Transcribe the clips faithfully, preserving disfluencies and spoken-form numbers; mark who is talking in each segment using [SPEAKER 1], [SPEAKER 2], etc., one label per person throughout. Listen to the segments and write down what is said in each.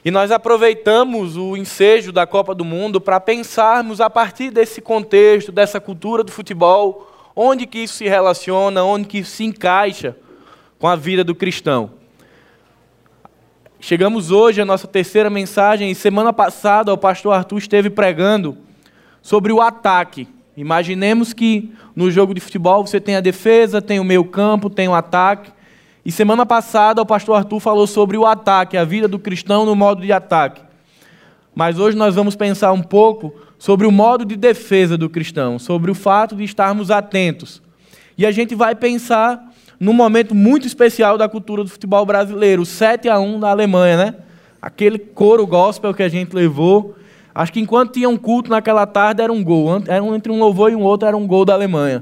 [SPEAKER 1] E nós aproveitamos o ensejo da Copa do Mundo para pensarmos a partir desse contexto, dessa cultura do futebol, onde que isso se relaciona, onde que isso se encaixa com a vida do cristão. Chegamos hoje à nossa terceira mensagem e semana passada o pastor Arthur esteve pregando sobre o ataque. Imaginemos que no jogo de futebol você tem a defesa, tem o meio-campo, tem o ataque. E semana passada o pastor Arthur falou sobre o ataque, a vida do cristão no modo de ataque. Mas hoje nós vamos pensar um pouco sobre o modo de defesa do cristão, sobre o fato de estarmos atentos. E a gente vai pensar num momento muito especial da cultura do futebol brasileiro, o sete a um da Alemanha, né? Aquele coro gospel que a gente levou. Acho que enquanto tinha um culto naquela tarde era um gol. Era um, entre um louvor e um outro era um gol da Alemanha.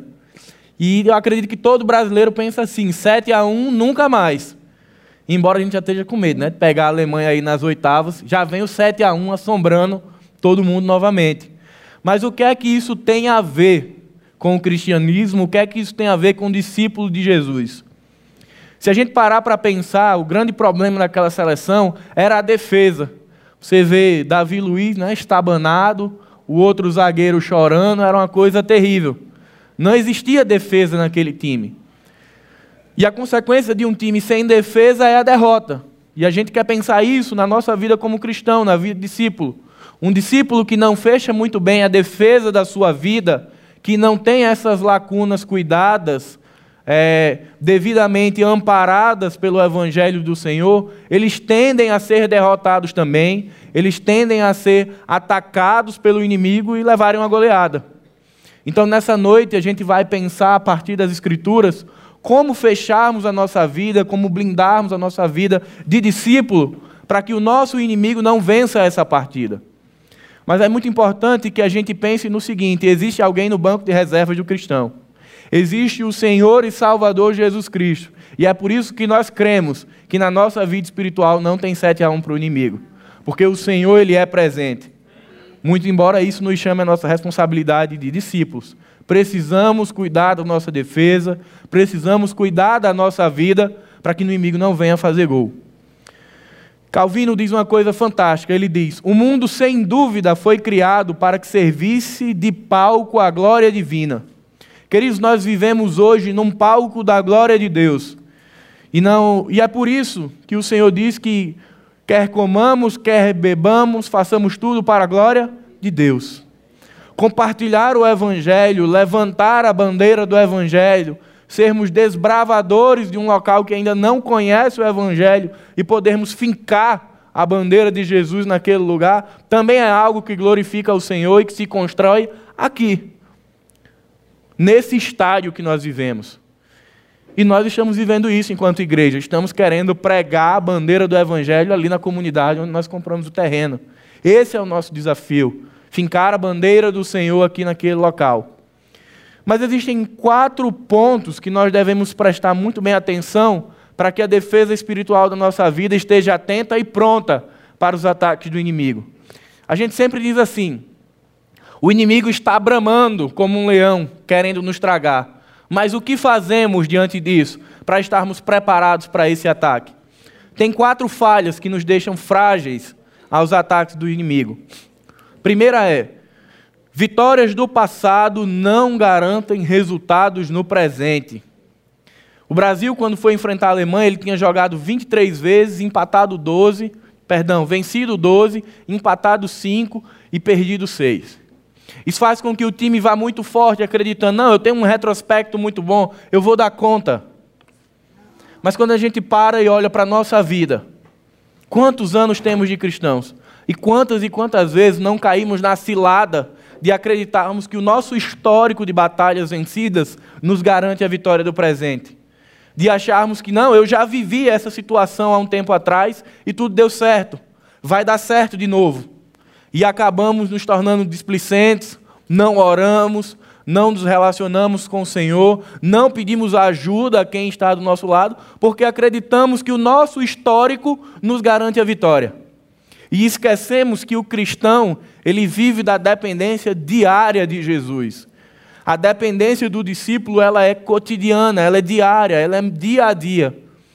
[SPEAKER 1] E eu acredito que todo brasileiro pensa assim, sete a um nunca mais. Embora a gente já esteja com medo, né? De pegar a Alemanha aí nas oitavas, já vem o sete a um assombrando todo mundo novamente. Mas o que é que isso tem a ver com o cristianismo? O que é que isso tem a ver com o discípulo de Jesus? Se a gente parar para pensar, o grande problema daquela seleção era a defesa. Você vê Davi Luiz, né, estabanado, o outro zagueiro chorando, era uma coisa terrível. Não existia defesa naquele time. E a consequência de um time sem defesa é a derrota. E a gente quer pensar isso na nossa vida como cristão, na vida de discípulo. Um discípulo que não fecha muito bem a defesa da sua vida, que não tem essas lacunas cuidadas, é, devidamente amparadas pelo Evangelho do Senhor, eles tendem a ser derrotados também, eles tendem a ser atacados pelo inimigo e levarem uma goleada. Então, nessa noite, a gente vai pensar, a partir das Escrituras, como fecharmos a nossa vida, como blindarmos a nossa vida de discípulo, para que o nosso inimigo não vença essa partida. Mas é muito importante que a gente pense no seguinte: existe alguém no banco de reservas do cristão. Existe o Senhor e Salvador Jesus Cristo. E é por isso que nós cremos que na nossa vida espiritual não tem sete a um para o inimigo. Porque o Senhor, Ele é presente. Muito embora isso nos chame a nossa responsabilidade de discípulos. Precisamos cuidar da nossa defesa, precisamos cuidar da nossa vida para que o inimigo não venha fazer gol. Calvino diz uma coisa fantástica, ele diz: o mundo sem dúvida foi criado para que servisse de palco à glória divina. Queridos, nós vivemos hoje num palco da glória de Deus. E, não, e é por isso que o Senhor diz que quer comamos, quer bebamos, façamos tudo para a glória de Deus. Compartilhar o Evangelho, levantar a bandeira do Evangelho, sermos desbravadores de um local que ainda não conhece o Evangelho e podermos fincar a bandeira de Jesus naquele lugar, também é algo que glorifica o Senhor e que se constrói aqui, nesse estádio que nós vivemos. E nós estamos vivendo isso enquanto igreja, estamos querendo pregar a bandeira do Evangelho ali na comunidade onde nós compramos o terreno. Esse é o nosso desafio, fincar a bandeira do Senhor aqui naquele local. Mas existem quatro pontos que nós devemos prestar muito bem atenção para que a defesa espiritual da nossa vida esteja atenta e pronta para os ataques do inimigo. A gente sempre diz assim: o inimigo está bramando como um leão, querendo nos tragar. Mas o que fazemos diante disso para estarmos preparados para esse ataque? Tem quatro falhas que nos deixam frágeis aos ataques do inimigo. Primeira é: vitórias do passado não garantem resultados no presente. O Brasil, quando foi enfrentar a Alemanha, ele tinha jogado vinte e três vezes, empatado doze, perdão, vencido doze, empatado cinco e perdido seis. Isso faz com que o time vá muito forte, acreditando: não, eu tenho um retrospecto muito bom, eu vou dar conta. Mas quando a gente para e olha para a nossa vida, quantos anos temos de cristãos? E quantas e quantas vezes não caímos na cilada de acreditarmos que o nosso histórico de batalhas vencidas nos garante a vitória do presente? De acharmos que, não, eu já vivi essa situação há um tempo atrás e tudo deu certo, vai dar certo de novo. E acabamos nos tornando displicentes, não oramos, não nos relacionamos com o Senhor, não pedimos ajuda a quem está do nosso lado, porque acreditamos que o nosso histórico nos garante a vitória. E esquecemos que o cristão, ele vive da dependência diária de Jesus. A dependência do discípulo, ela é cotidiana, ela é diária, ela é dia a dia.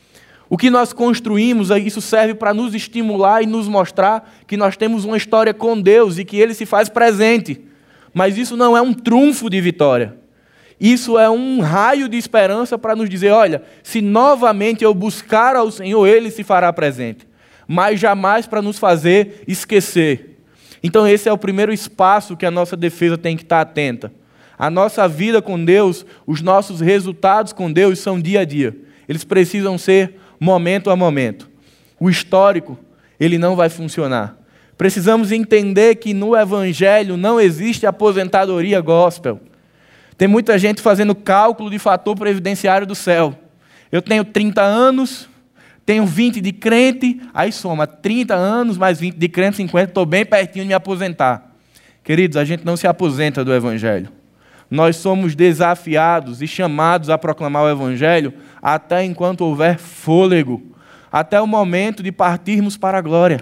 [SPEAKER 1] O que nós construímos, isso serve para nos estimular e nos mostrar que nós temos uma história com Deus e que Ele se faz presente. Mas isso não é um trunfo de vitória. Isso é um raio de esperança para nos dizer, olha, se novamente eu buscar ao Senhor, Ele se fará presente. Mas jamais para nos fazer esquecer. Então esse é o primeiro espaço que a nossa defesa tem que estar atenta. A nossa vida com Deus, os nossos resultados com Deus são dia a dia. Eles precisam ser momento a momento. O histórico, ele não vai funcionar. Precisamos entender que no Evangelho não existe aposentadoria gospel. Tem muita gente fazendo cálculo de fator previdenciário do céu. Eu tenho trinta anos, tenho vinte de crente, aí soma trinta anos mais vinte de crente, cinquenta, estou bem pertinho de me aposentar. Queridos, a gente não se aposenta do Evangelho. Nós somos desafiados e chamados a proclamar o Evangelho até enquanto houver fôlego, até o momento de partirmos para a glória.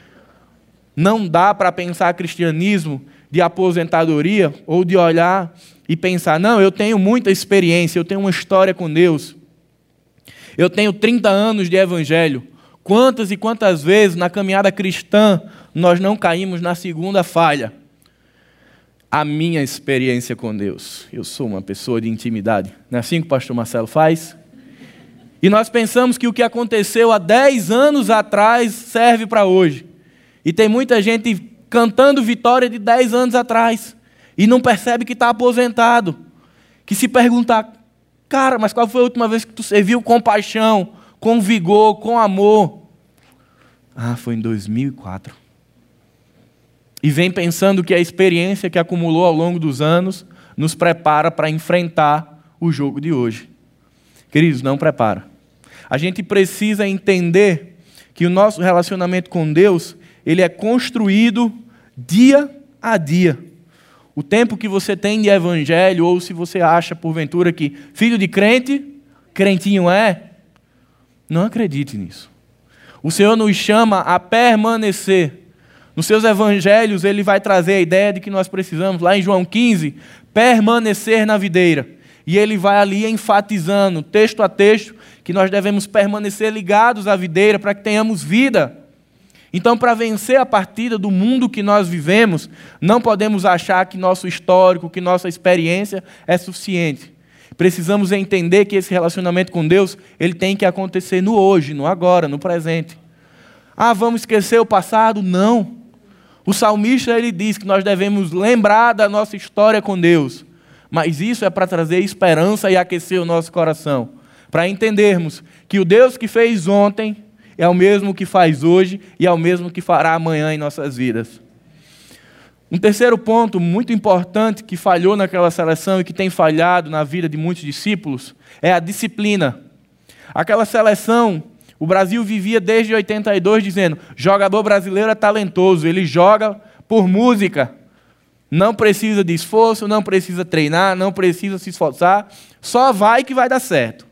[SPEAKER 1] Não dá para pensar cristianismo de aposentadoria ou de olhar e pensar, não, eu tenho muita experiência, eu tenho uma história com Deus, eu tenho trinta anos de Evangelho. Quantas e quantas vezes na caminhada cristã nós não caímos na segunda falha? A minha experiência com Deus. Eu sou uma pessoa de intimidade. Não é assim que o pastor Marcelo faz? E nós pensamos que o que aconteceu há dez anos atrás serve para hoje. E tem muita gente cantando vitória de dez anos atrás e não percebe que está aposentado. Que se perguntar, cara, mas qual foi a última vez que tu serviu com paixão, com vigor, com amor? Ah, foi em dois mil e quatro. E vem pensando que a experiência que acumulou ao longo dos anos nos prepara para enfrentar o jogo de hoje. Queridos, não prepara. A gente precisa entender que o nosso relacionamento com Deus, ele é construído dia a dia. O tempo que você tem de evangelho, ou se você acha porventura que filho de crente, crentinho é, não acredite nisso. O Senhor nos chama a permanecer. Nos seus evangelhos, ele vai trazer a ideia de que nós precisamos, lá em João quinze, permanecer na videira. E ele vai ali enfatizando, texto a texto, que nós devemos permanecer ligados à videira para que tenhamos vida. Então, para vencer a partida do mundo que nós vivemos, não podemos achar que nosso histórico, que nossa experiência é suficiente. Precisamos entender que esse relacionamento com Deus, ele tem que acontecer no hoje, no agora, no presente. Ah, vamos esquecer o passado? Não. O salmista, ele diz que nós devemos lembrar da nossa história com Deus. Mas isso é para trazer esperança e aquecer o nosso coração. Para entendermos que o Deus que fez ontem é o mesmo que faz hoje e é o mesmo que fará amanhã em nossas vidas. Um terceiro ponto muito importante que falhou naquela seleção e que tem falhado na vida de muitos discípulos é a disciplina. Aquela seleção, o Brasil vivia desde oitenta e dois dizendo, jogador brasileiro é talentoso, ele joga por música. Não precisa de esforço, não precisa treinar, não precisa se esforçar, só vai que vai dar certo.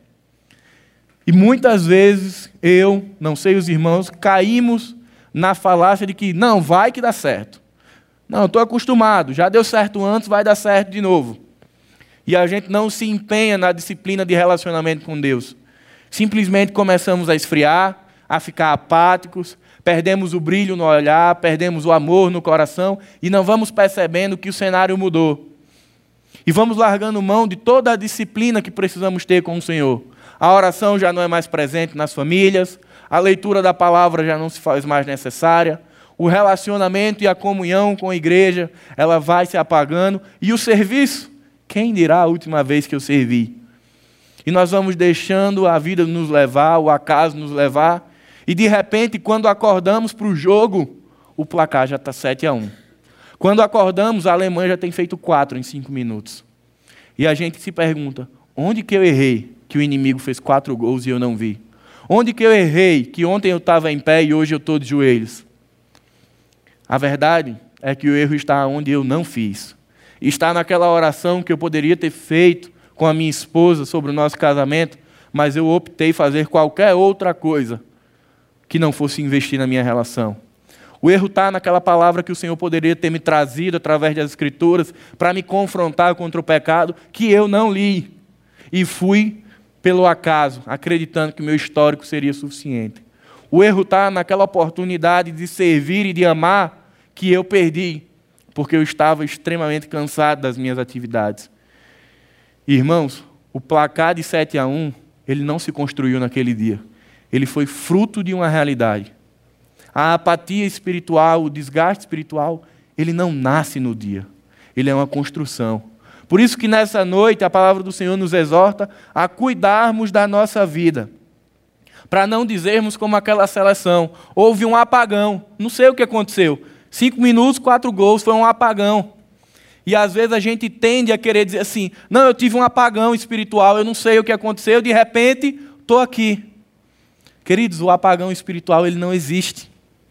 [SPEAKER 1] E muitas vezes, eu, não sei os irmãos, caímos na falácia de que não, vai que dá certo. Não, estou acostumado, já deu certo antes, vai dar certo de novo. E a gente não se empenha na disciplina de relacionamento com Deus. Simplesmente começamos a esfriar, a ficar apáticos, perdemos o brilho no olhar, perdemos o amor no coração e não vamos percebendo que o cenário mudou. E vamos largando mão de toda a disciplina que precisamos ter com o Senhor. A oração já não é mais presente nas famílias, a leitura da palavra já não se faz mais necessária, o relacionamento e a comunhão com a igreja, ela vai se apagando. E o serviço? Quem dirá a última vez que eu servi? E nós vamos deixando a vida nos levar, o acaso nos levar, e de repente, quando acordamos para o jogo, o placar já está sete a um. Quando acordamos, a Alemanha já tem feito quatro em cinco minutos. E a gente se pergunta, onde que eu errei que o inimigo fez quatro gols e eu não vi? Onde que eu errei que ontem eu estava em pé e hoje eu estou de joelhos? A verdade é que o erro está onde eu não fiz. Está naquela oração que eu poderia ter feito com a minha esposa sobre o nosso casamento, mas eu optei fazer qualquer outra coisa que não fosse investir na minha relação. O erro está naquela palavra que o Senhor poderia ter me trazido através das Escrituras para me confrontar contra o pecado, que eu não li. E fui pelo acaso, acreditando que o meu histórico seria suficiente. O erro está naquela oportunidade de servir e de amar que eu perdi, porque eu estava extremamente cansado das minhas atividades. Irmãos, o placar de sete a um, ele não se construiu naquele dia. Ele foi fruto de uma realidade. A apatia espiritual, o desgaste espiritual, ele não nasce no dia. Ele é uma construção. Por isso que nessa noite a palavra do Senhor nos exorta a cuidarmos da nossa vida. Para não dizermos como aquela seleção, houve um apagão, não sei o que aconteceu. Cinco minutos, quatro gols, foi um apagão. E às vezes a gente tende a querer dizer assim, não, eu tive um apagão espiritual, eu não sei o que aconteceu, de repente estou aqui. Queridos, o apagão espiritual ele não existe.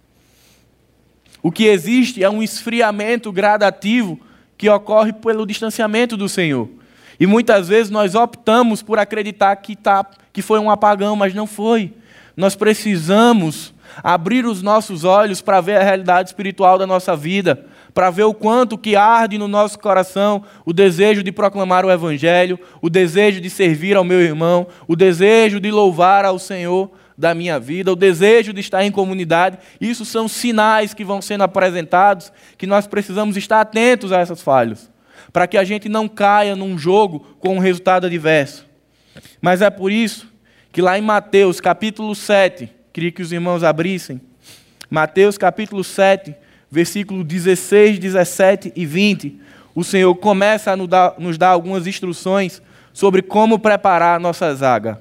[SPEAKER 1] O que existe é um esfriamento gradativo que ocorre pelo distanciamento do Senhor. E muitas vezes nós optamos por acreditar que, tá, que foi um apagão, mas não foi. Nós precisamos abrir os nossos olhos para ver a realidade espiritual da nossa vida, para ver o quanto que arde no nosso coração o desejo de proclamar o Evangelho, o desejo de servir ao meu irmão, o desejo de louvar ao Senhor da minha vida, o desejo de estar em comunidade. Isso são sinais que vão sendo apresentados, que nós precisamos estar atentos a essas falhas, para que a gente não caia num jogo com um resultado adverso. Mas é por isso que lá em Mateus capítulo sete, queria que os irmãos abrissem, Mateus capítulo sete, versículo dezesseis, dezessete e vinte, o Senhor começa a nos dar, nos dar algumas instruções sobre como preparar a nossa zaga.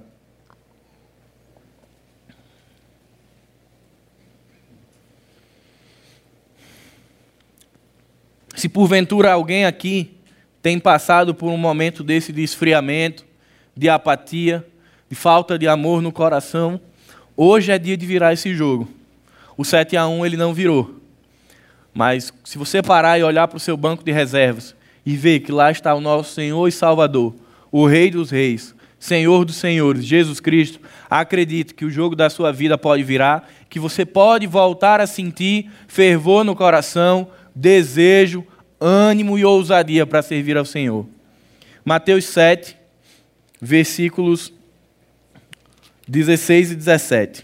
[SPEAKER 1] Se porventura alguém aqui tem passado por um momento desse de esfriamento, de apatia, de falta de amor no coração, hoje é dia de virar esse jogo. O sete a um ele não virou. Mas se você parar e olhar para o seu banco de reservas e ver que lá está o nosso Senhor e Salvador, o Rei dos Reis, Senhor dos Senhores, Jesus Cristo, acredite que o jogo da sua vida pode virar, que você pode voltar a sentir fervor no coração, desejo, ânimo e ousadia para servir ao Senhor. Mateus sete, versículos dezesseis e dezessete.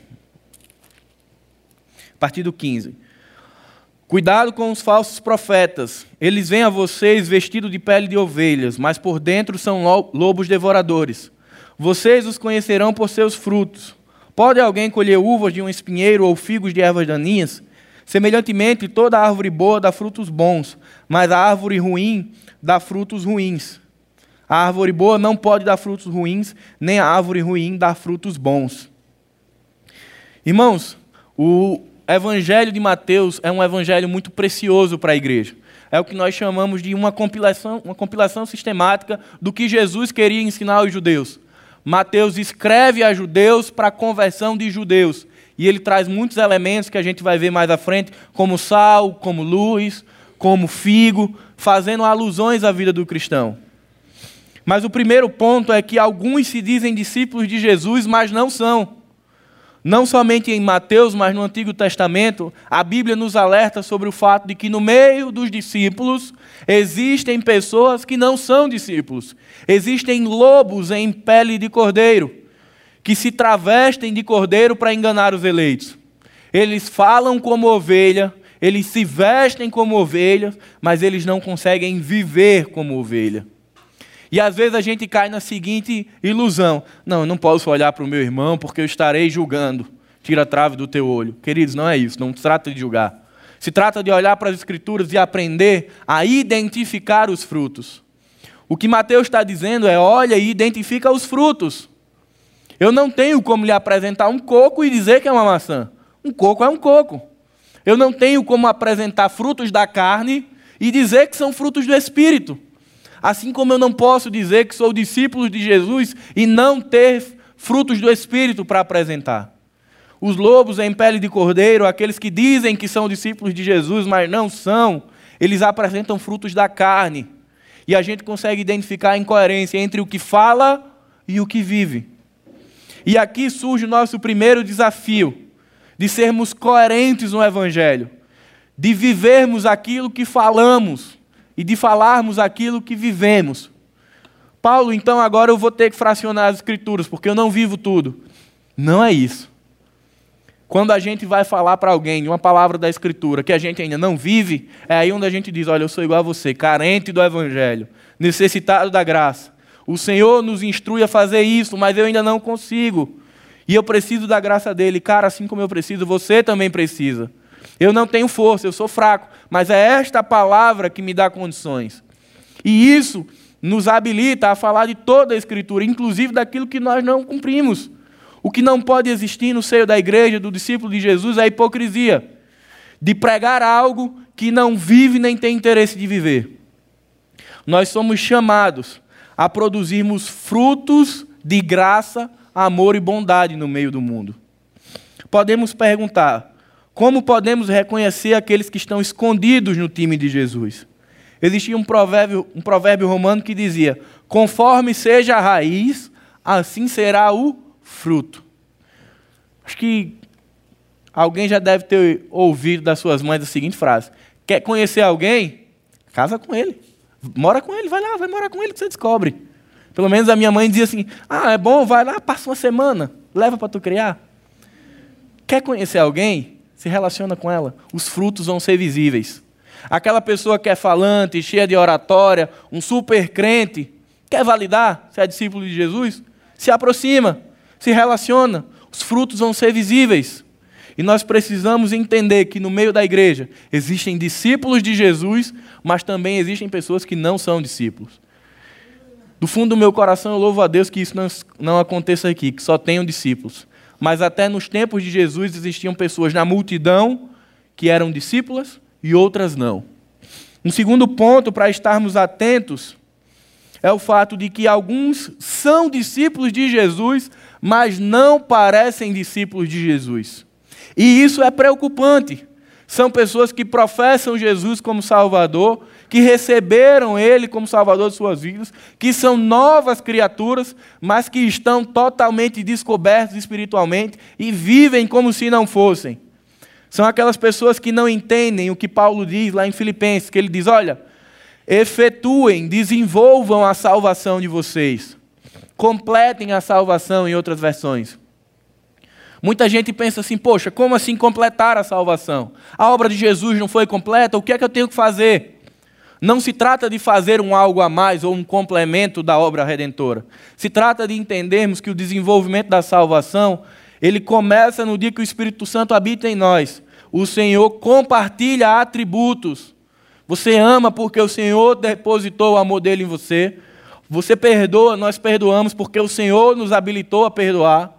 [SPEAKER 1] A partir do quinze. Cuidado com os falsos profetas. Eles vêm a vocês vestidos de pele de ovelhas, mas por dentro são lobos devoradores. Vocês os conhecerão por seus frutos. Pode alguém colher uvas de um espinheiro ou figos de ervas daninhas? Semelhantemente, toda árvore boa dá frutos bons, mas a árvore ruim dá frutos ruins. A árvore boa não pode dar frutos ruins, nem a árvore ruim dá frutos bons. Irmãos, o Evangelho de Mateus é um evangelho muito precioso para a igreja. É o que nós chamamos de uma compilação, uma compilação sistemática do que Jesus queria ensinar aos judeus. Mateus escreve a judeus para a conversão de judeus. E ele traz muitos elementos que a gente vai ver mais à frente, como sal, como luz, como figo, fazendo alusões à vida do cristão. Mas o primeiro ponto é que alguns se dizem discípulos de Jesus, mas não são. Não somente em Mateus, mas no Antigo Testamento, a Bíblia nos alerta sobre o fato de que no meio dos discípulos existem pessoas que não são discípulos. Existem lobos em pele de cordeiro, que se travestem de cordeiro para enganar os eleitos. Eles falam como ovelha, eles se vestem como ovelhas, mas eles não conseguem viver como ovelha. E às vezes a gente cai na seguinte ilusão: não, eu não posso olhar para o meu irmão porque eu estarei julgando. Tira a trave do teu olho. Queridos, não é isso, não se trata de julgar. Se trata de olhar para as Escrituras e aprender a identificar os frutos. O que Mateus está dizendo é: olha e identifica os frutos. Eu não tenho como lhe apresentar um coco e dizer que é uma maçã. Um coco é um coco. Eu não tenho como apresentar frutos da carne e dizer que são frutos do Espírito. Assim como eu não posso dizer que sou discípulo de Jesus e não ter frutos do Espírito para apresentar. Os lobos em pele de cordeiro, aqueles que dizem que são discípulos de Jesus, mas não são, eles apresentam frutos da carne. E a gente consegue identificar a incoerência entre o que fala e o que vive. E aqui surge o nosso primeiro desafio, de sermos coerentes no Evangelho, de vivermos aquilo que falamos e de falarmos aquilo que vivemos. Paulo, então agora eu vou ter que fracionar as escrituras, porque eu não vivo tudo. Não é isso. Quando a gente vai falar para alguém uma palavra da escritura que a gente ainda não vive, é aí onde a gente diz, olha, eu sou igual a você, carente do evangelho, necessitado da graça. O Senhor nos instrui a fazer isso, mas eu ainda não consigo. E eu preciso da graça dele. Cara, assim como eu preciso, você também precisa. Eu não tenho força, eu sou fraco, mas é esta palavra que me dá condições. E isso nos habilita a falar de toda a escritura, inclusive daquilo que nós não cumprimos. O que não pode existir no seio da igreja, do discípulo de Jesus, é a hipocrisia de pregar algo que não vive nem tem interesse de viver. Nós somos chamados a produzirmos frutos de graça, amor e bondade no meio do mundo. Podemos perguntar, como podemos reconhecer aqueles que estão escondidos no time de Jesus? Existia um provérbio, um provérbio romano que dizia, conforme seja a raiz, assim será o fruto. Acho que alguém já deve ter ouvido das suas mães a seguinte frase, quer conhecer alguém? Casa com ele. Mora com ele, vai lá, vai morar com ele que você descobre. Pelo menos a minha mãe dizia assim, ah, é bom, vai lá, passa uma semana, leva para tu criar. Quer conhecer alguém? Se relaciona com ela. Os frutos vão ser visíveis. Aquela pessoa que é falante, cheia de oratória, um super crente, quer validar se é discípulo de Jesus? Se aproxima, se relaciona, os frutos vão ser visíveis. E nós precisamos entender que no meio da igreja existem discípulos de Jesus, mas também existem pessoas que não são discípulos. Do fundo do meu coração eu louvo a Deus que isso não, não aconteça aqui, que só tenham discípulos. Mas até nos tempos de Jesus existiam pessoas na multidão que eram discípulas e outras não. Um segundo ponto para estarmos atentos é o fato de que alguns são discípulos de Jesus, mas não parecem discípulos de Jesus. E isso é preocupante. São pessoas que professam Jesus como Salvador, que receberam Ele como Salvador de suas vidas, que são novas criaturas, mas que estão totalmente descobertos espiritualmente e vivem como se não fossem. São aquelas pessoas que não entendem o que Paulo diz lá em Filipenses, que ele diz, olha, efetuem, desenvolvam a salvação de vocês. Completem a salvação em outras versões. Muita gente pensa assim, poxa, como assim completar a salvação? A obra de Jesus não foi completa, o que é que eu tenho que fazer? Não se trata de fazer um algo a mais ou um complemento da obra redentora. Se trata de entendermos que o desenvolvimento da salvação, ele começa no dia que o Espírito Santo habita em nós. O Senhor compartilha atributos. Você ama porque o Senhor depositou o amor dele em você. Você perdoa, nós perdoamos porque o Senhor nos habilitou a perdoar.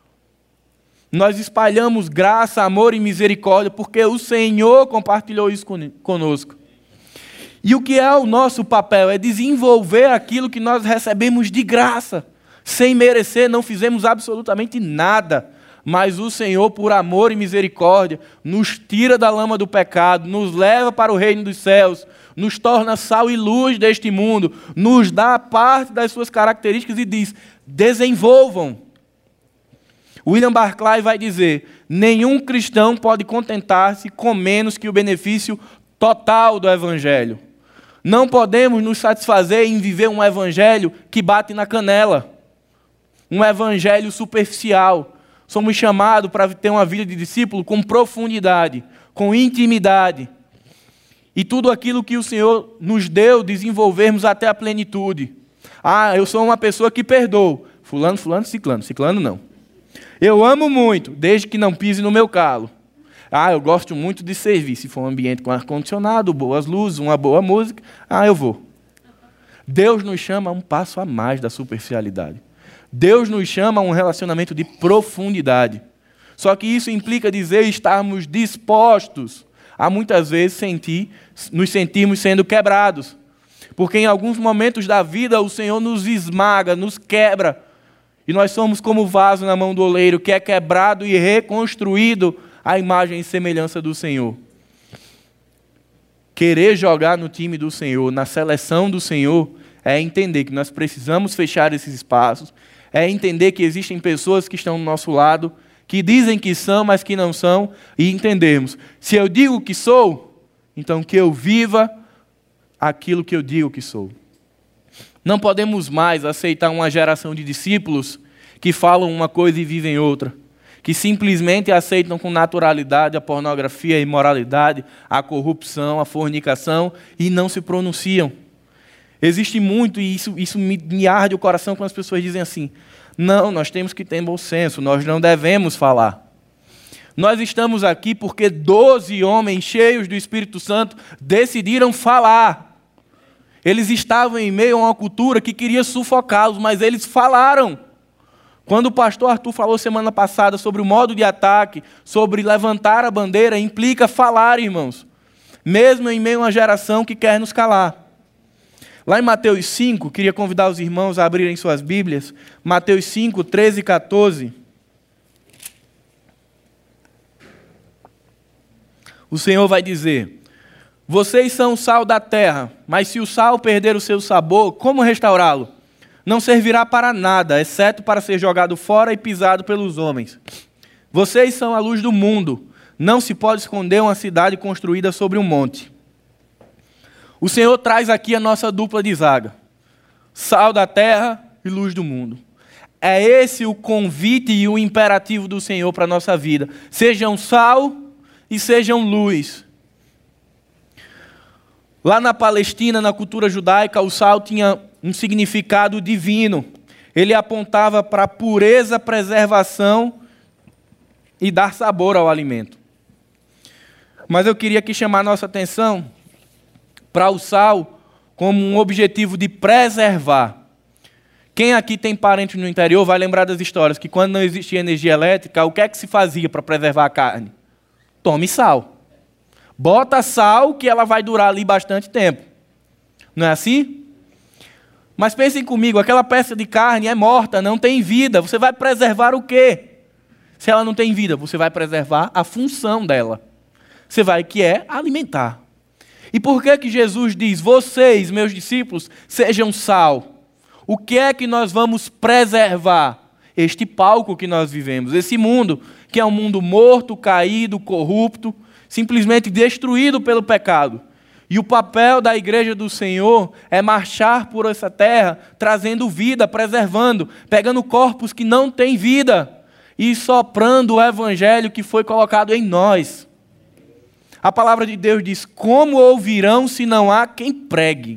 [SPEAKER 1] Nós espalhamos graça, amor e misericórdia porque o Senhor compartilhou isso conosco. E o que é o nosso papel? É desenvolver aquilo que nós recebemos de graça. Sem merecer, não fizemos absolutamente nada. Mas o Senhor, por amor e misericórdia, nos tira da lama do pecado, nos leva para o reino dos céus, nos torna sal e luz deste mundo, nos dá parte das suas características e diz, desenvolvam. William Barclay vai dizer, nenhum cristão pode contentar-se com menos que o benefício total do Evangelho. Não podemos nos satisfazer em viver um Evangelho que bate na canela. Um Evangelho superficial. Somos chamados para ter uma vida de discípulo com profundidade, com intimidade. E tudo aquilo que o Senhor nos deu, desenvolvermos até a plenitude. Ah, eu sou uma pessoa que perdoo. Fulano, fulano, ciclano. Ciclano não. Eu amo muito, desde que não pise no meu calo. Ah, eu gosto muito de servir. Se for um ambiente com ar-condicionado, boas luzes, uma boa música, ah, eu vou. Deus nos chama a um passo a mais da superficialidade. Deus nos chama a um relacionamento de profundidade. Só que isso implica dizer estarmos dispostos a muitas vezes sentir, nos sentirmos sendo quebrados. Porque em alguns momentos da vida o Senhor nos esmaga, nos quebra. E nós somos como o vaso na mão do oleiro, que é quebrado e reconstruído à imagem e semelhança do Senhor. Querer jogar no time do Senhor, na seleção do Senhor, é entender que nós precisamos fechar esses espaços, é entender que existem pessoas que estão do nosso lado, que dizem que são, mas que não são, e entendermos, se eu digo que sou, então que eu viva aquilo que eu digo que sou. Não podemos mais aceitar uma geração de discípulos que falam uma coisa e vivem outra, que simplesmente aceitam com naturalidade a pornografia, a imoralidade, a corrupção, a fornicação e não se pronunciam. Existe muito, e isso, isso me, me arde o coração quando as pessoas dizem assim: não, nós temos que ter bom senso, nós não devemos falar. Nós estamos aqui porque doze homens cheios do Espírito Santo decidiram falar. Eles estavam em meio a uma cultura que queria sufocá-los, mas eles falaram. Quando o pastor Arthur falou semana passada sobre o modo de ataque, sobre levantar a bandeira, implica falar, irmãos, mesmo em meio a uma geração que quer nos calar. Lá em Mateus cinco, queria convidar os irmãos a abrirem suas Bíblias, Mateus cinco, treze e quatorze. O Senhor vai dizer: vocês são o sal da terra, mas se o sal perder o seu sabor, como restaurá-lo? Não servirá para nada, exceto para ser jogado fora e pisado pelos homens. Vocês são a luz do mundo. Não se pode esconder uma cidade construída sobre um monte. O Senhor traz aqui a nossa dupla de zaga: sal da terra e luz do mundo. É esse o convite e o imperativo do Senhor para a nossa vida. Sejam sal e sejam luz. Lá na Palestina, na cultura judaica, o sal tinha um significado divino. Ele apontava para a pureza, preservação e dar sabor ao alimento. Mas eu queria aqui chamar a nossa atenção para o sal como um objetivo de preservar. Quem aqui tem parente no interior vai lembrar das histórias que quando não existia energia elétrica, o que é que se fazia para preservar a carne? Tome sal. Bota sal que ela vai durar ali bastante tempo. Não é assim? Mas pensem comigo, aquela peça de carne é morta, não tem vida. Você vai preservar o quê? Se ela não tem vida, você vai preservar a função dela. Você vai, que é alimentar. E por que que Jesus diz: vocês, meus discípulos, sejam sal? O que é que nós vamos preservar? Este palco que nós vivemos, esse mundo que é um mundo morto, caído, corrupto, simplesmente destruído pelo pecado. E o papel da igreja do Senhor é marchar por essa terra, trazendo vida, preservando, pegando corpos que não têm vida e soprando o evangelho que foi colocado em nós. A palavra de Deus diz: como ouvirão se não há quem pregue?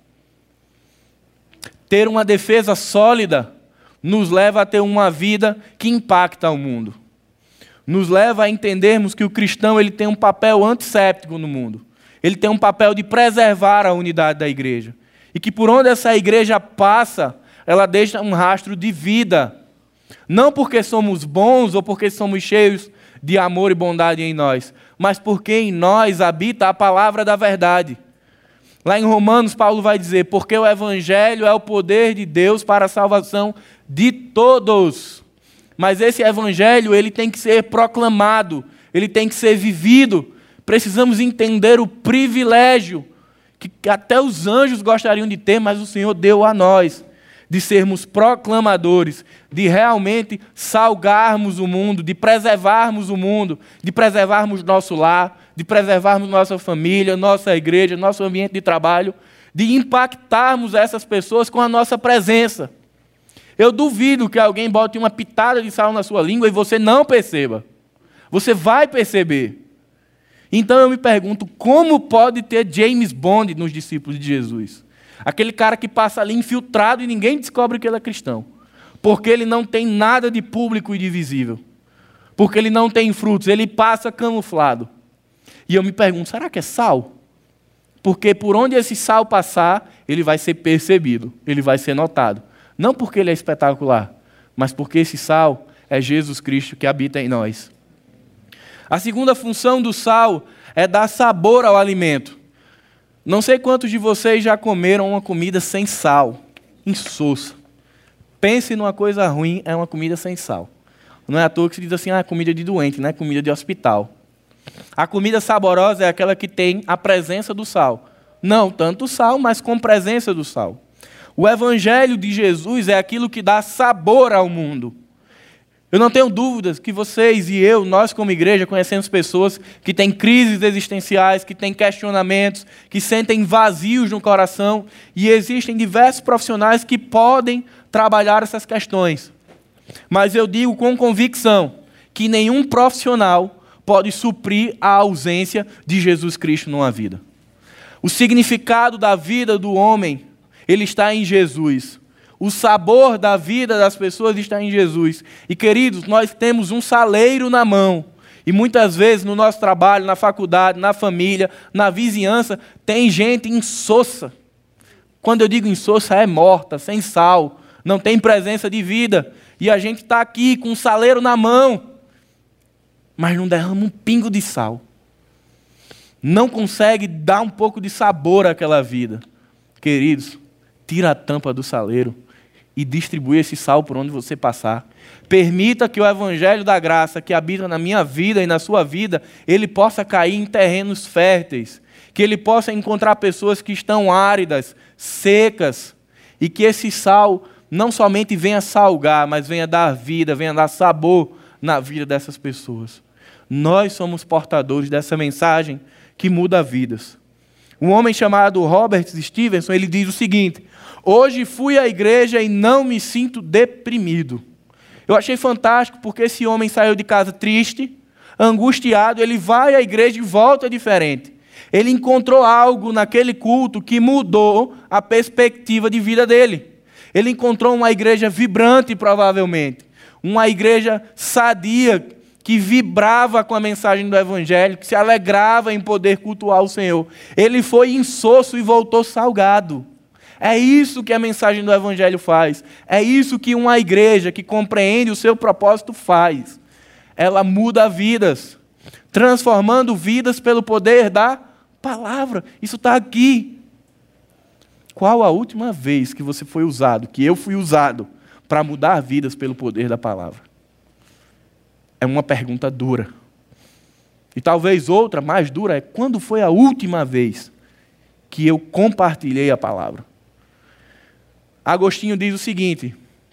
[SPEAKER 1] Ter uma defesa sólida nos leva a ter uma vida que impacta o mundo. Nos leva a entendermos que o cristão ele tem um papel antisséptico no mundo. Ele tem um papel de preservar a unidade da igreja. E que por onde essa igreja passa, ela deixa um rastro de vida. Não porque somos bons ou porque somos cheios de amor e bondade em nós, mas porque em nós habita a palavra da verdade. Lá em Romanos, Paulo vai dizer: porque o evangelho é o poder de Deus para a salvação de todos. Mas esse evangelho ele tem que ser proclamado, ele tem que ser vivido. Precisamos entender o privilégio que até os anjos gostariam de ter, mas o Senhor deu a nós, de sermos proclamadores, de realmente salgarmos o mundo, de preservarmos o mundo, de preservarmos nosso lar, de preservarmos nossa família, nossa igreja, nosso ambiente de trabalho, de impactarmos essas pessoas com a nossa presença. Eu duvido que alguém bote uma pitada de sal na sua língua e você não perceba. Você vai perceber. Então eu me pergunto, como pode ter James Bond nos discípulos de Jesus? Aquele cara que passa ali infiltrado e ninguém descobre que ele é cristão. Porque ele não tem nada de público e de visível. Porque ele não tem frutos, ele passa camuflado. E eu me pergunto, será que é sal? Porque por onde esse sal passar, ele vai ser percebido, ele vai ser notado. Não porque ele é espetacular, mas porque esse sal é Jesus Cristo que habita em nós. A segunda função do sal é dar sabor ao alimento. Não sei quantos de vocês já comeram uma comida sem sal, insossa. Pense numa coisa ruim, é uma comida sem sal. Não é à toa que se diz assim, ah, comida de doente, não é comida de hospital. A comida saborosa é aquela que tem a presença do sal. Não tanto sal, mas com presença do sal. O evangelho de Jesus é aquilo que dá sabor ao mundo. Eu não tenho dúvidas que vocês e eu, nós como igreja, conhecemos pessoas que têm crises existenciais, que têm questionamentos, que sentem vazios no coração, e existem diversos profissionais que podem trabalhar essas questões. Mas eu digo com convicção que nenhum profissional pode suprir a ausência de Jesus Cristo numa vida. O significado da vida do homem, ele está em Jesus. O sabor da vida das pessoas está em Jesus. E, queridos, nós temos um saleiro na mão. E muitas vezes no nosso trabalho, na faculdade, na família, na vizinhança, tem gente insossa. Quando eu digo insossa, é morta, sem sal, não tem presença de vida. E a gente está aqui com um saleiro na mão, mas não derrama um pingo de sal. Não consegue dar um pouco de sabor àquela vida. Queridos, tira a tampa do saleiro e distribui esse sal por onde você passar. Permita que o evangelho da graça que habita na minha vida e na sua vida, ele possa cair em terrenos férteis, que ele possa encontrar pessoas que estão áridas, secas, e que esse sal não somente venha salgar, mas venha dar vida, venha dar sabor na vida dessas pessoas. Nós somos portadores dessa mensagem que muda vidas. Um homem chamado Robert Stevenson, ele diz o seguinte: hoje fui à igreja e não me sinto deprimido. Eu achei fantástico porque esse homem saiu de casa triste, angustiado, ele vai à igreja e volta diferente. Ele encontrou algo naquele culto que mudou a perspectiva de vida dele. Ele encontrou uma igreja vibrante, provavelmente. Uma igreja sadia, que vibrava com a mensagem do Evangelho, que se alegrava em poder cultuar o Senhor. Ele foi insosso e voltou salgado. É isso que a mensagem do Evangelho faz. É isso que uma igreja que compreende o seu propósito faz. Ela muda vidas, transformando vidas pelo poder da palavra. Isso está aqui. Qual a última vez que você foi usado, que eu fui usado, para mudar vidas pelo poder da palavra? É uma pergunta dura. E talvez outra mais dura é: quando foi a última vez que eu compartilhei a palavra? Agostinho diz o seguinte: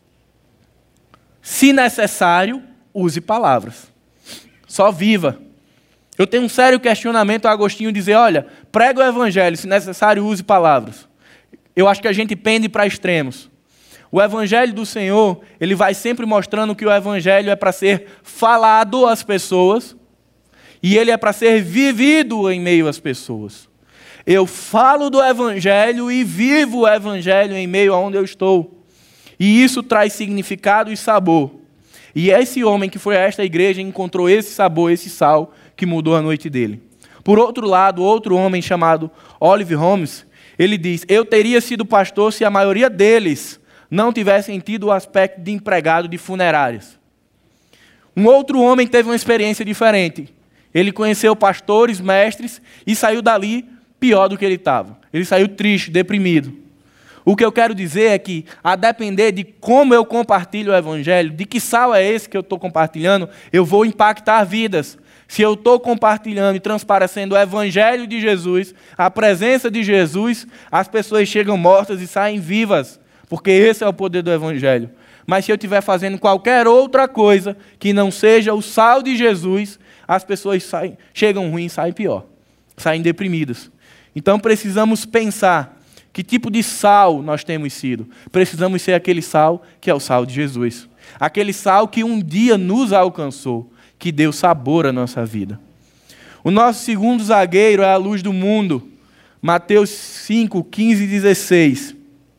[SPEAKER 1] se necessário, use palavras. Só viva. Eu tenho um sério questionamento a Agostinho dizer: olha, prega o evangelho, se necessário, use palavras. Eu acho que a gente pende para extremos. O evangelho do Senhor, ele vai sempre mostrando que o evangelho é para ser falado às pessoas e ele é para ser vivido em meio às pessoas. Eu falo do evangelho e vivo o evangelho em meio aonde eu estou. E isso traz significado e sabor. E esse homem que foi a esta igreja encontrou esse sabor, esse sal que mudou a noite dele. Por outro lado, outro homem chamado Oliver Holmes, ele diz: eu teria sido pastor se a maioria deles não tivessem tido o aspecto de empregado de funerárias. Um outro homem teve uma experiência diferente. Ele conheceu pastores, mestres e saiu dali pior do que ele estava. Ele saiu triste, deprimido. O que eu quero dizer é que, a depender de como eu compartilho o evangelho, de que sal é esse que eu estou compartilhando, eu vou impactar vidas. Se eu estou compartilhando e transparecendo o evangelho de Jesus, a presença de Jesus, as pessoas chegam mortas e saem vivas. Porque esse é o poder do evangelho. Mas se eu estiver fazendo qualquer outra coisa que não seja o sal de Jesus, as pessoas saem, chegam ruins e saem pior. Saem deprimidas. Então precisamos pensar que tipo de sal nós temos sido. Precisamos ser aquele sal que é o sal de Jesus. Aquele sal que um dia nos alcançou, que deu sabor à nossa vida. O nosso segundo zagueiro é a luz do mundo. Mateus cinco, quinze e dezesseis.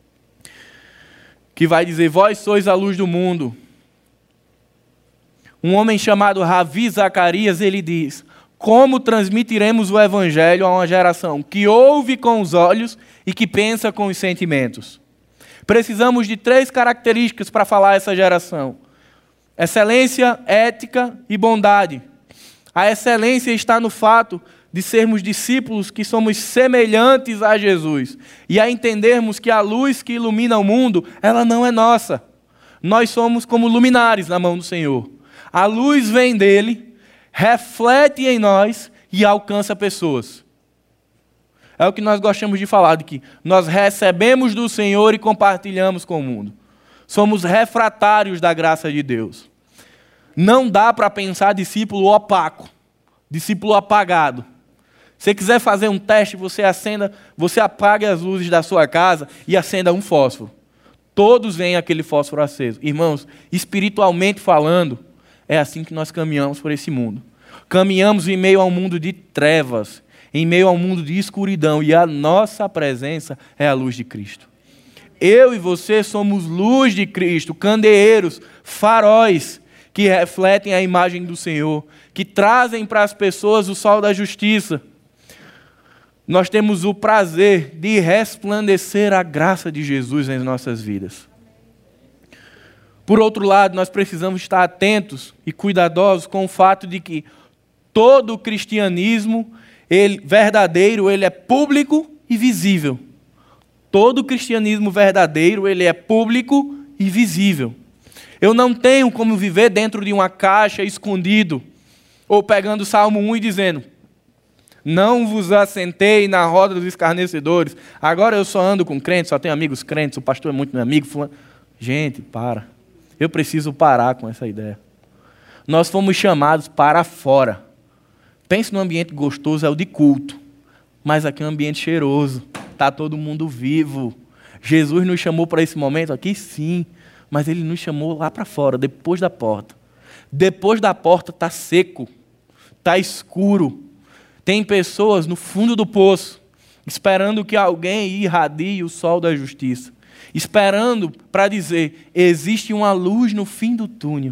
[SPEAKER 1] Que vai dizer: vós sois a luz do mundo. Um homem chamado Ravi Zacarias, ele diz: como transmitiremos o evangelho a uma geração que ouve com os olhos e que pensa com os sentimentos? Precisamos de três características para falar a essa geração: excelência, ética e bondade. A excelência está no fato de sermos discípulos que somos semelhantes a Jesus e a entendermos que a luz que ilumina o mundo, ela não é nossa. Nós somos como luminares na mão do Senhor. A luz vem dele, reflete em nós e alcança pessoas. É o que nós gostamos de falar, de que nós recebemos do Senhor e compartilhamos com o mundo. Somos refratários da graça de Deus. Não dá para pensar discípulo opaco, discípulo apagado. Se você quiser fazer um teste, você acenda, você apaga as luzes da sua casa e acenda um fósforo. Todos veem aquele fósforo aceso. Irmãos, espiritualmente falando, é assim que nós caminhamos por esse mundo. Caminhamos em meio a um mundo de trevas, em meio a um mundo de escuridão, e a nossa presença é a luz de Cristo. Eu e você somos luz de Cristo, candeeiros, faróis, que refletem a imagem do Senhor, que trazem para as pessoas o sol da justiça. Nós temos o prazer de resplandecer a graça de Jesus nas nossas vidas. Por outro lado, nós precisamos estar atentos e cuidadosos com o fato de que todo o cristianismo ele, verdadeiro, ele é público e visível. Todo o cristianismo verdadeiro, ele é público e visível. Eu não tenho como viver dentro de uma caixa escondido, ou pegando o Salmo um e dizendo: não vos assentei na roda dos escarnecedores. Agora eu só ando com crentes, só tenho amigos crentes, o pastor é muito meu amigo. Fulano. Gente, para. Eu preciso parar com essa ideia. Nós fomos chamados para fora. Pense num ambiente gostoso, é o de culto. Mas aqui é um ambiente cheiroso. Está todo mundo vivo. Jesus nos chamou para esse momento aqui, sim. Mas Ele nos chamou lá para fora, depois da porta. Depois da porta está seco. Está escuro. Tem pessoas no fundo do poço, esperando que alguém irradie o sol da justiça. Esperando para dizer, existe uma luz no fim do túnel.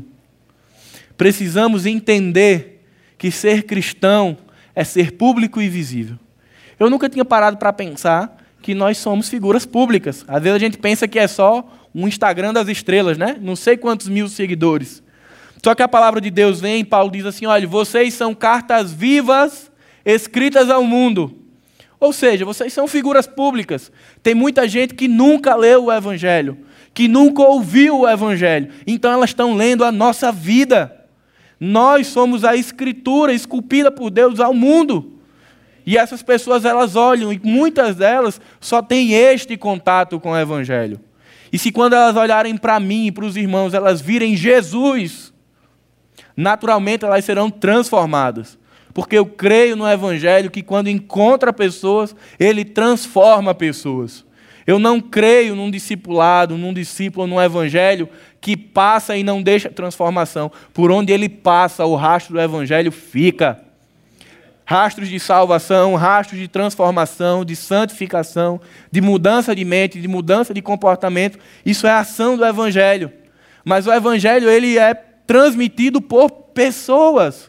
[SPEAKER 1] Precisamos entender que ser cristão é ser público e visível. Eu nunca tinha parado para pensar que nós somos figuras públicas. Às vezes a gente pensa que é só um Instagram das estrelas, né? Não sei quantos mil seguidores. Só que a palavra de Deus vem e Paulo diz assim, olha, vocês são cartas vivas escritas ao mundo. Ou seja, vocês são figuras públicas. Tem muita gente que nunca leu o Evangelho, que nunca ouviu o Evangelho. Então elas estão lendo a nossa vida. Nós somos a escritura esculpida por Deus ao mundo. E essas pessoas, elas olham, e muitas delas só têm este contato com o Evangelho. E se quando elas olharem para mim e para os irmãos, elas virem Jesus, naturalmente elas serão transformadas. Porque eu creio no Evangelho que quando encontra pessoas, ele transforma pessoas. Eu não creio num discipulado, num discípulo, num Evangelho que passa e não deixa transformação. Por onde ele passa, o rastro do Evangelho fica. Rastros de salvação, rastros de transformação, de santificação, de mudança de mente, de mudança de comportamento. Isso é a ação do Evangelho. Mas o Evangelho ele é transmitido por pessoas.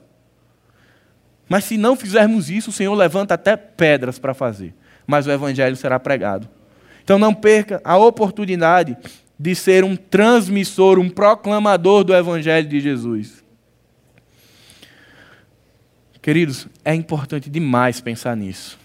[SPEAKER 1] Mas se não fizermos isso, o Senhor levanta até pedras para fazer. Mas o Evangelho será pregado. Então não perca a oportunidade de ser um transmissor, um proclamador do Evangelho de Jesus. Queridos, é importante demais pensar nisso.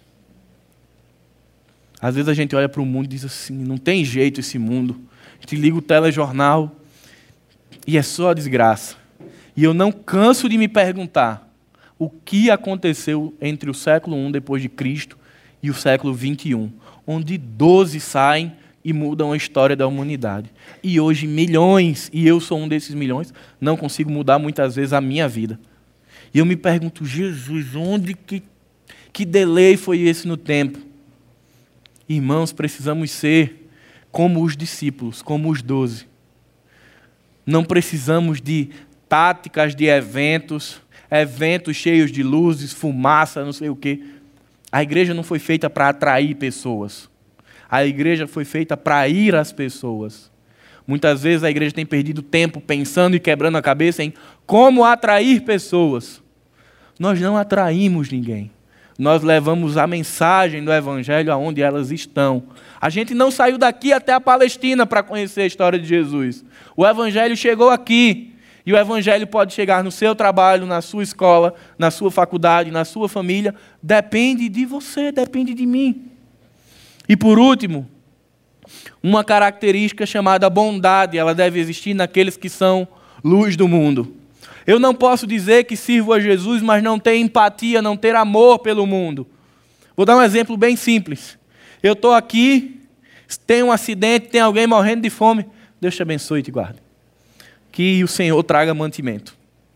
[SPEAKER 1] Às vezes a gente olha para o mundo e diz assim, não tem jeito esse mundo. A gente liga o telejornal e é só desgraça. E eu não canso de me perguntar, o que aconteceu entre o século um depois de Cristo e o século vinte e um, onde doze saem e mudam a história da humanidade. E hoje milhões, e eu sou um desses milhões, não consigo mudar muitas vezes a minha vida. E eu me pergunto, Jesus, onde que, que delay foi esse no tempo? Irmãos, precisamos ser como os discípulos, como os doze. Não precisamos de táticas de eventos, eventos cheios de luzes, fumaça, não sei o quê. A igreja não foi feita para atrair pessoas. A igreja foi feita para ir às pessoas. Muitas vezes a igreja tem perdido tempo pensando e quebrando a cabeça em como atrair pessoas. Nós não atraímos ninguém. Nós levamos a mensagem do Evangelho aonde elas estão. A gente não saiu daqui até a Palestina para conhecer a história de Jesus. O Evangelho chegou aqui. E o Evangelho pode chegar no seu trabalho, na sua escola, na sua faculdade, na sua família. Depende de você, depende de mim. E por último, uma característica chamada bondade, ela deve existir naqueles que são luz do mundo. Eu não posso dizer que sirvo a Jesus, mas não ter empatia, não ter amor pelo mundo. Vou dar um exemplo bem simples. Eu estou aqui, tem um acidente, tem alguém morrendo de fome. Deus te abençoe e te guarde. que o Senhor traga mantimento.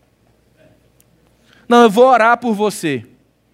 [SPEAKER 1] Não, eu vou orar por você.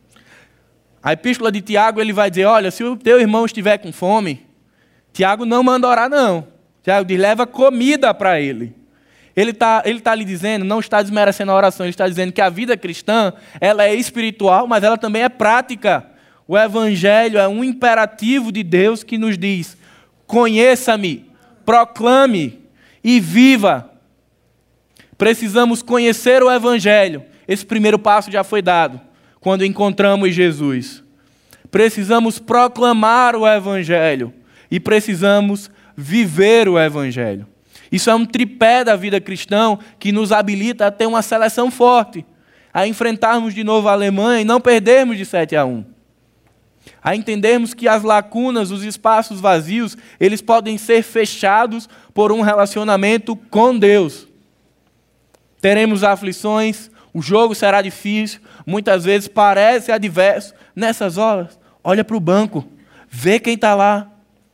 [SPEAKER 1] A epístola de Tiago, ele vai dizer, olha, se o teu irmão estiver com fome, Tiago não manda orar, não. Tiago diz, leva comida para ele. Ele está ele tá lhe dizendo, não está desmerecendo a oração, ele está dizendo que a vida cristã, ela é espiritual, mas ela também é prática. O evangelho é um imperativo de Deus que nos diz, conheça-me, proclame e viva. Precisamos conhecer o evangelho. Esse primeiro passo já foi dado quando encontramos Jesus. Precisamos proclamar o evangelho e precisamos viver o evangelho. Isso é um tripé da vida cristã que nos habilita a ter uma seleção forte, a enfrentarmos de novo a Alemanha e não perdermos de sete a um. A entendermos que as lacunas, os espaços vazios, eles podem ser fechados por um relacionamento com Deus. Teremos aflições, o jogo será difícil, muitas vezes parece adverso. Nessas horas, olha para o banco, vê quem está lá.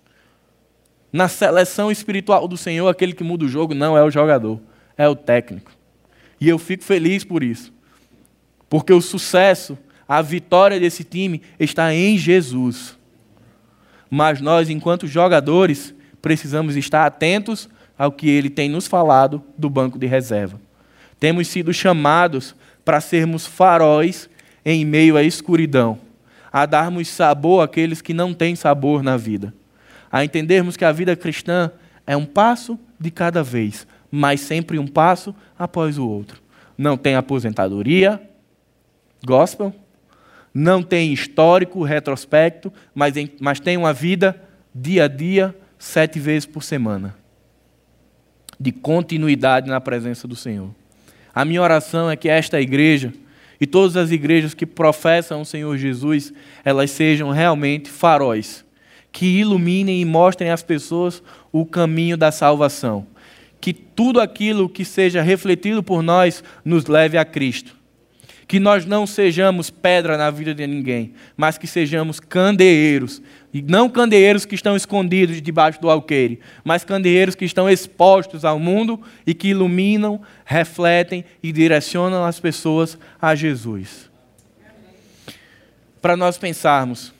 [SPEAKER 1] Na seleção espiritual do Senhor, aquele que muda o jogo não é o jogador, é o técnico. E eu fico feliz por isso. Porque o sucesso, a vitória desse time está em Jesus. Mas nós, enquanto jogadores, precisamos estar atentos ao que Ele tem nos falado do banco de reserva. Temos sido chamados para sermos faróis em meio à escuridão, a darmos sabor àqueles que não têm sabor na vida. A entendermos que a vida cristã é um passo de cada vez, mas sempre um passo após o outro. Não tem aposentadoria, gospel, não tem histórico, retrospecto, mas, em, mas tem uma vida dia a dia, sete vezes por semana, de continuidade na presença do Senhor. A minha oração é que esta igreja e todas as igrejas que professam o Senhor Jesus, elas sejam realmente faróis, que iluminem e mostrem às pessoas o caminho da salvação. Que tudo aquilo que seja refletido por nós nos leve a Cristo. Que nós não sejamos pedra na vida de ninguém, mas que sejamos candeeiros. E não candeeiros que estão escondidos debaixo do alqueire, mas candeeiros que estão expostos ao mundo e que iluminam, refletem e direcionam as pessoas a Jesus. Para nós pensarmos,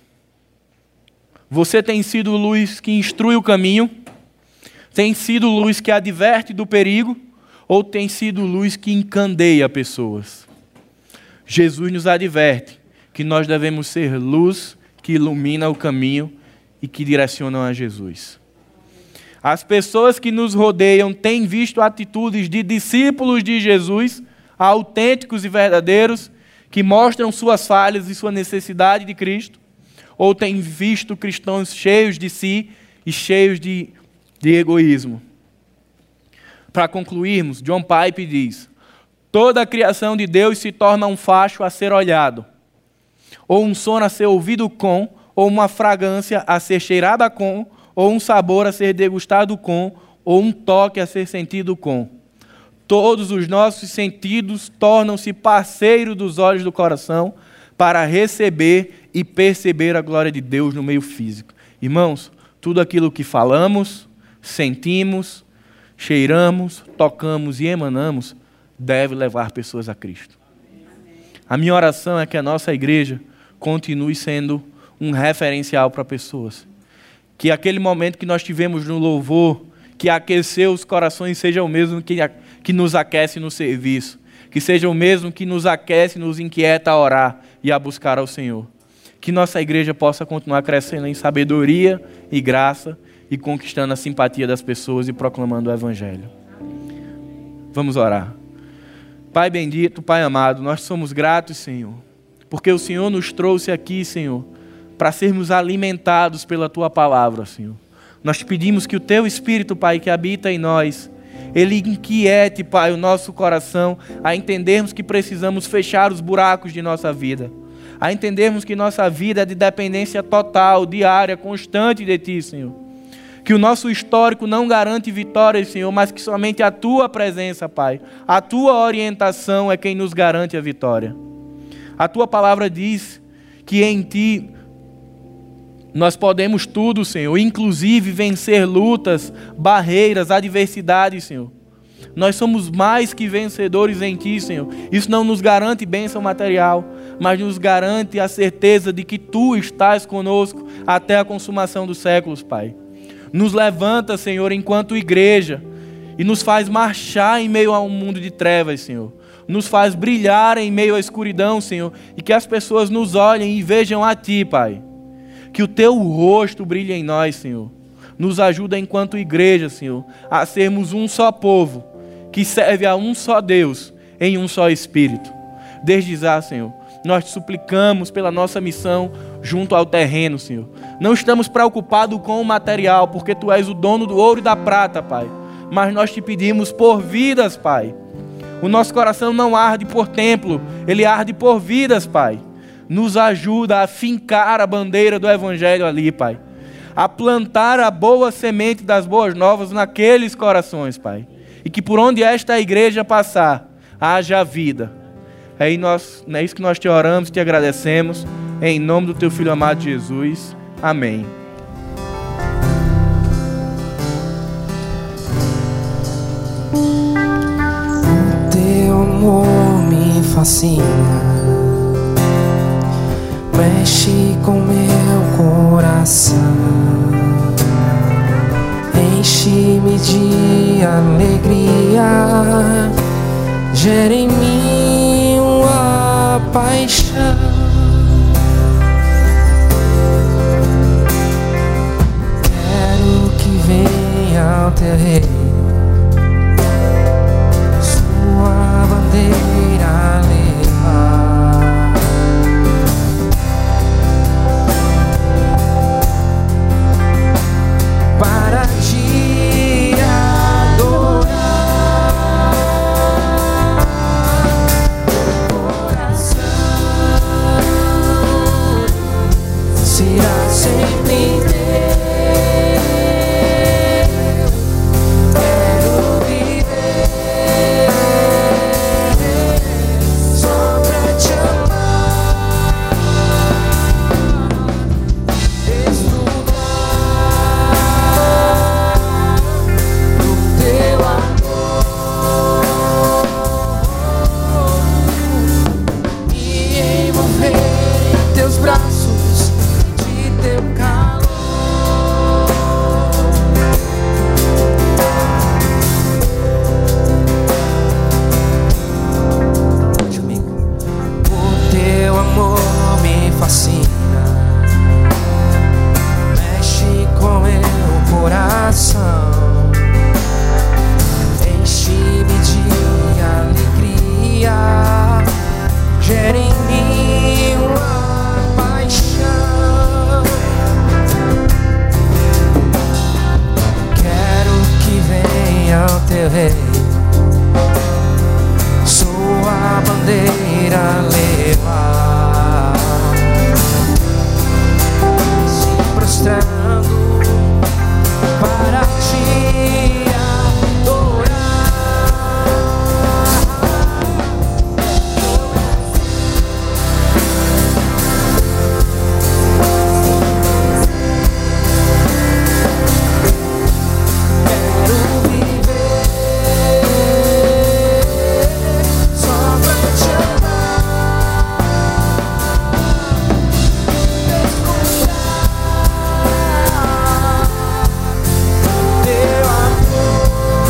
[SPEAKER 1] você tem sido luz que instrui o caminho? Tem sido luz que adverte do perigo? Ou tem sido luz que encandeia pessoas? Jesus nos adverte que nós devemos ser luz que ilumina o caminho e que direcionam a Jesus. As pessoas que nos rodeiam têm visto atitudes de discípulos de Jesus, autênticos e verdadeiros, que mostram suas falhas e sua necessidade de Cristo? Ou tem visto cristãos cheios de si e cheios de, de egoísmo? Para concluirmos, John Pipe diz, toda a criação de Deus se torna um facho a ser olhado, ou um sono a ser ouvido com, ou uma fragrância a ser cheirada com, ou um sabor a ser degustado com, ou um toque a ser sentido com. Todos os nossos sentidos tornam-se parceiros dos olhos do coração para receber e perceber a glória de Deus no meio físico. Irmãos, tudo aquilo que falamos, sentimos, cheiramos, tocamos e emanamos deve levar pessoas a Cristo. A minha oração é que a nossa igreja continue sendo um referencial para pessoas. Que aquele momento que nós tivemos no louvor, que aqueceu os corações, seja o mesmo que, que nos aquece no serviço. Que seja o mesmo que nos aquece e nos inquieta a orar e a buscar ao Senhor. Que nossa igreja possa continuar crescendo em sabedoria e graça e conquistando a simpatia das pessoas e proclamando o Evangelho. Vamos orar. Pai bendito, Pai amado, nós somos gratos, Senhor, porque o Senhor nos trouxe aqui, Senhor, para sermos alimentados pela Tua palavra, Senhor. Nós te pedimos que o Teu Espírito, Pai, que habita em nós, Ele inquiete, Pai, o nosso coração a entendermos que precisamos fechar os buracos de nossa vida, a entendermos que nossa vida é de dependência total, diária, constante de Ti, Senhor. Que o nosso histórico não garante vitórias, Senhor, mas que somente a Tua presença, Pai, a Tua orientação é quem nos garante a vitória. A Tua palavra diz que em Ti nós podemos tudo, Senhor, inclusive vencer lutas, barreiras, adversidades, Senhor. Nós somos mais que vencedores em Ti, Senhor. Isso não nos garante bênção material, mas nos garante a certeza de que Tu estás conosco até a consumação dos séculos, Pai. Nos levanta, Senhor, enquanto igreja, e nos faz marchar em meio a um mundo de trevas, Senhor. Nos faz brilhar em meio à escuridão, Senhor, e que as pessoas nos olhem e vejam a Ti, Pai. Que o Teu rosto brilhe em nós, Senhor. Nos ajuda enquanto igreja, Senhor, a sermos um só povo, que serve a um só Deus, em um só Espírito. Desde já, Senhor, nós te suplicamos pela nossa missão junto ao terreno, Senhor. Não estamos preocupados com o material, porque Tu és o dono do ouro e da prata, Pai. Mas nós te pedimos por vidas, Pai. O nosso coração não arde por templo, ele arde por vidas, Pai. Nos ajuda a fincar a bandeira do Evangelho ali, Pai. A plantar a boa semente das boas novas naqueles corações, Pai. E que por onde esta igreja passar, haja vida. É, aí nós, é isso que nós te oramos e te agradecemos. Em nome do Teu Filho amado Jesus. Amém.
[SPEAKER 2] O Teu amor me fascina, mexe com meu coração, enche-me de alegria, gera em mim uma paixão. Quero que venha o Teu reino, Sua bandeira levar, para Te adorar. Meu coração será sempre Teu. Quero viver só pra Te amar, desfrutar do Teu amor, me envolver em Teus braços, de Teu calor. Cante comigo. O Teu amor me fascina, mexe com meu coração, enche-me de alegria, gera em mim uma paixão. Quero que venha o Teu reino, Sua bandeira levar, se prostrando para Te Quero viver só pra Te amar, desfrutar Teu amor,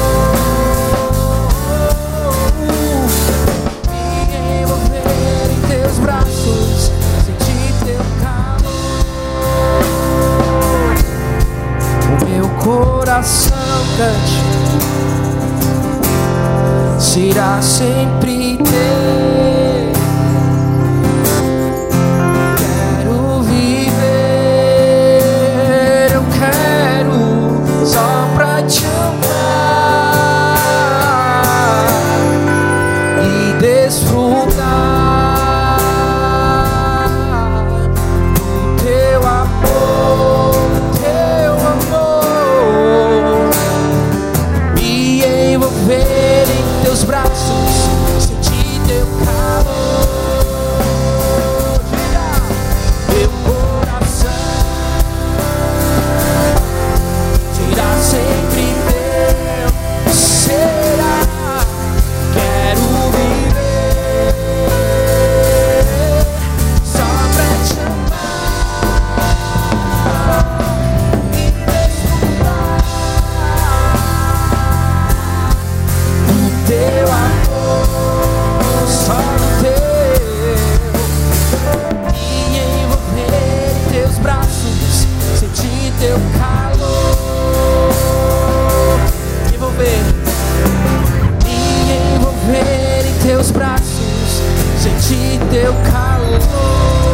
[SPEAKER 2] me envolver em Teus braços, sentir Teu calor. O meu coração cante, será sempre Teu. Quero viver, eu quero só pra Te amar e desfrutar do Teu amor, Teu amor, me envolver em Teus braços, sentir Teu sentir teu calor.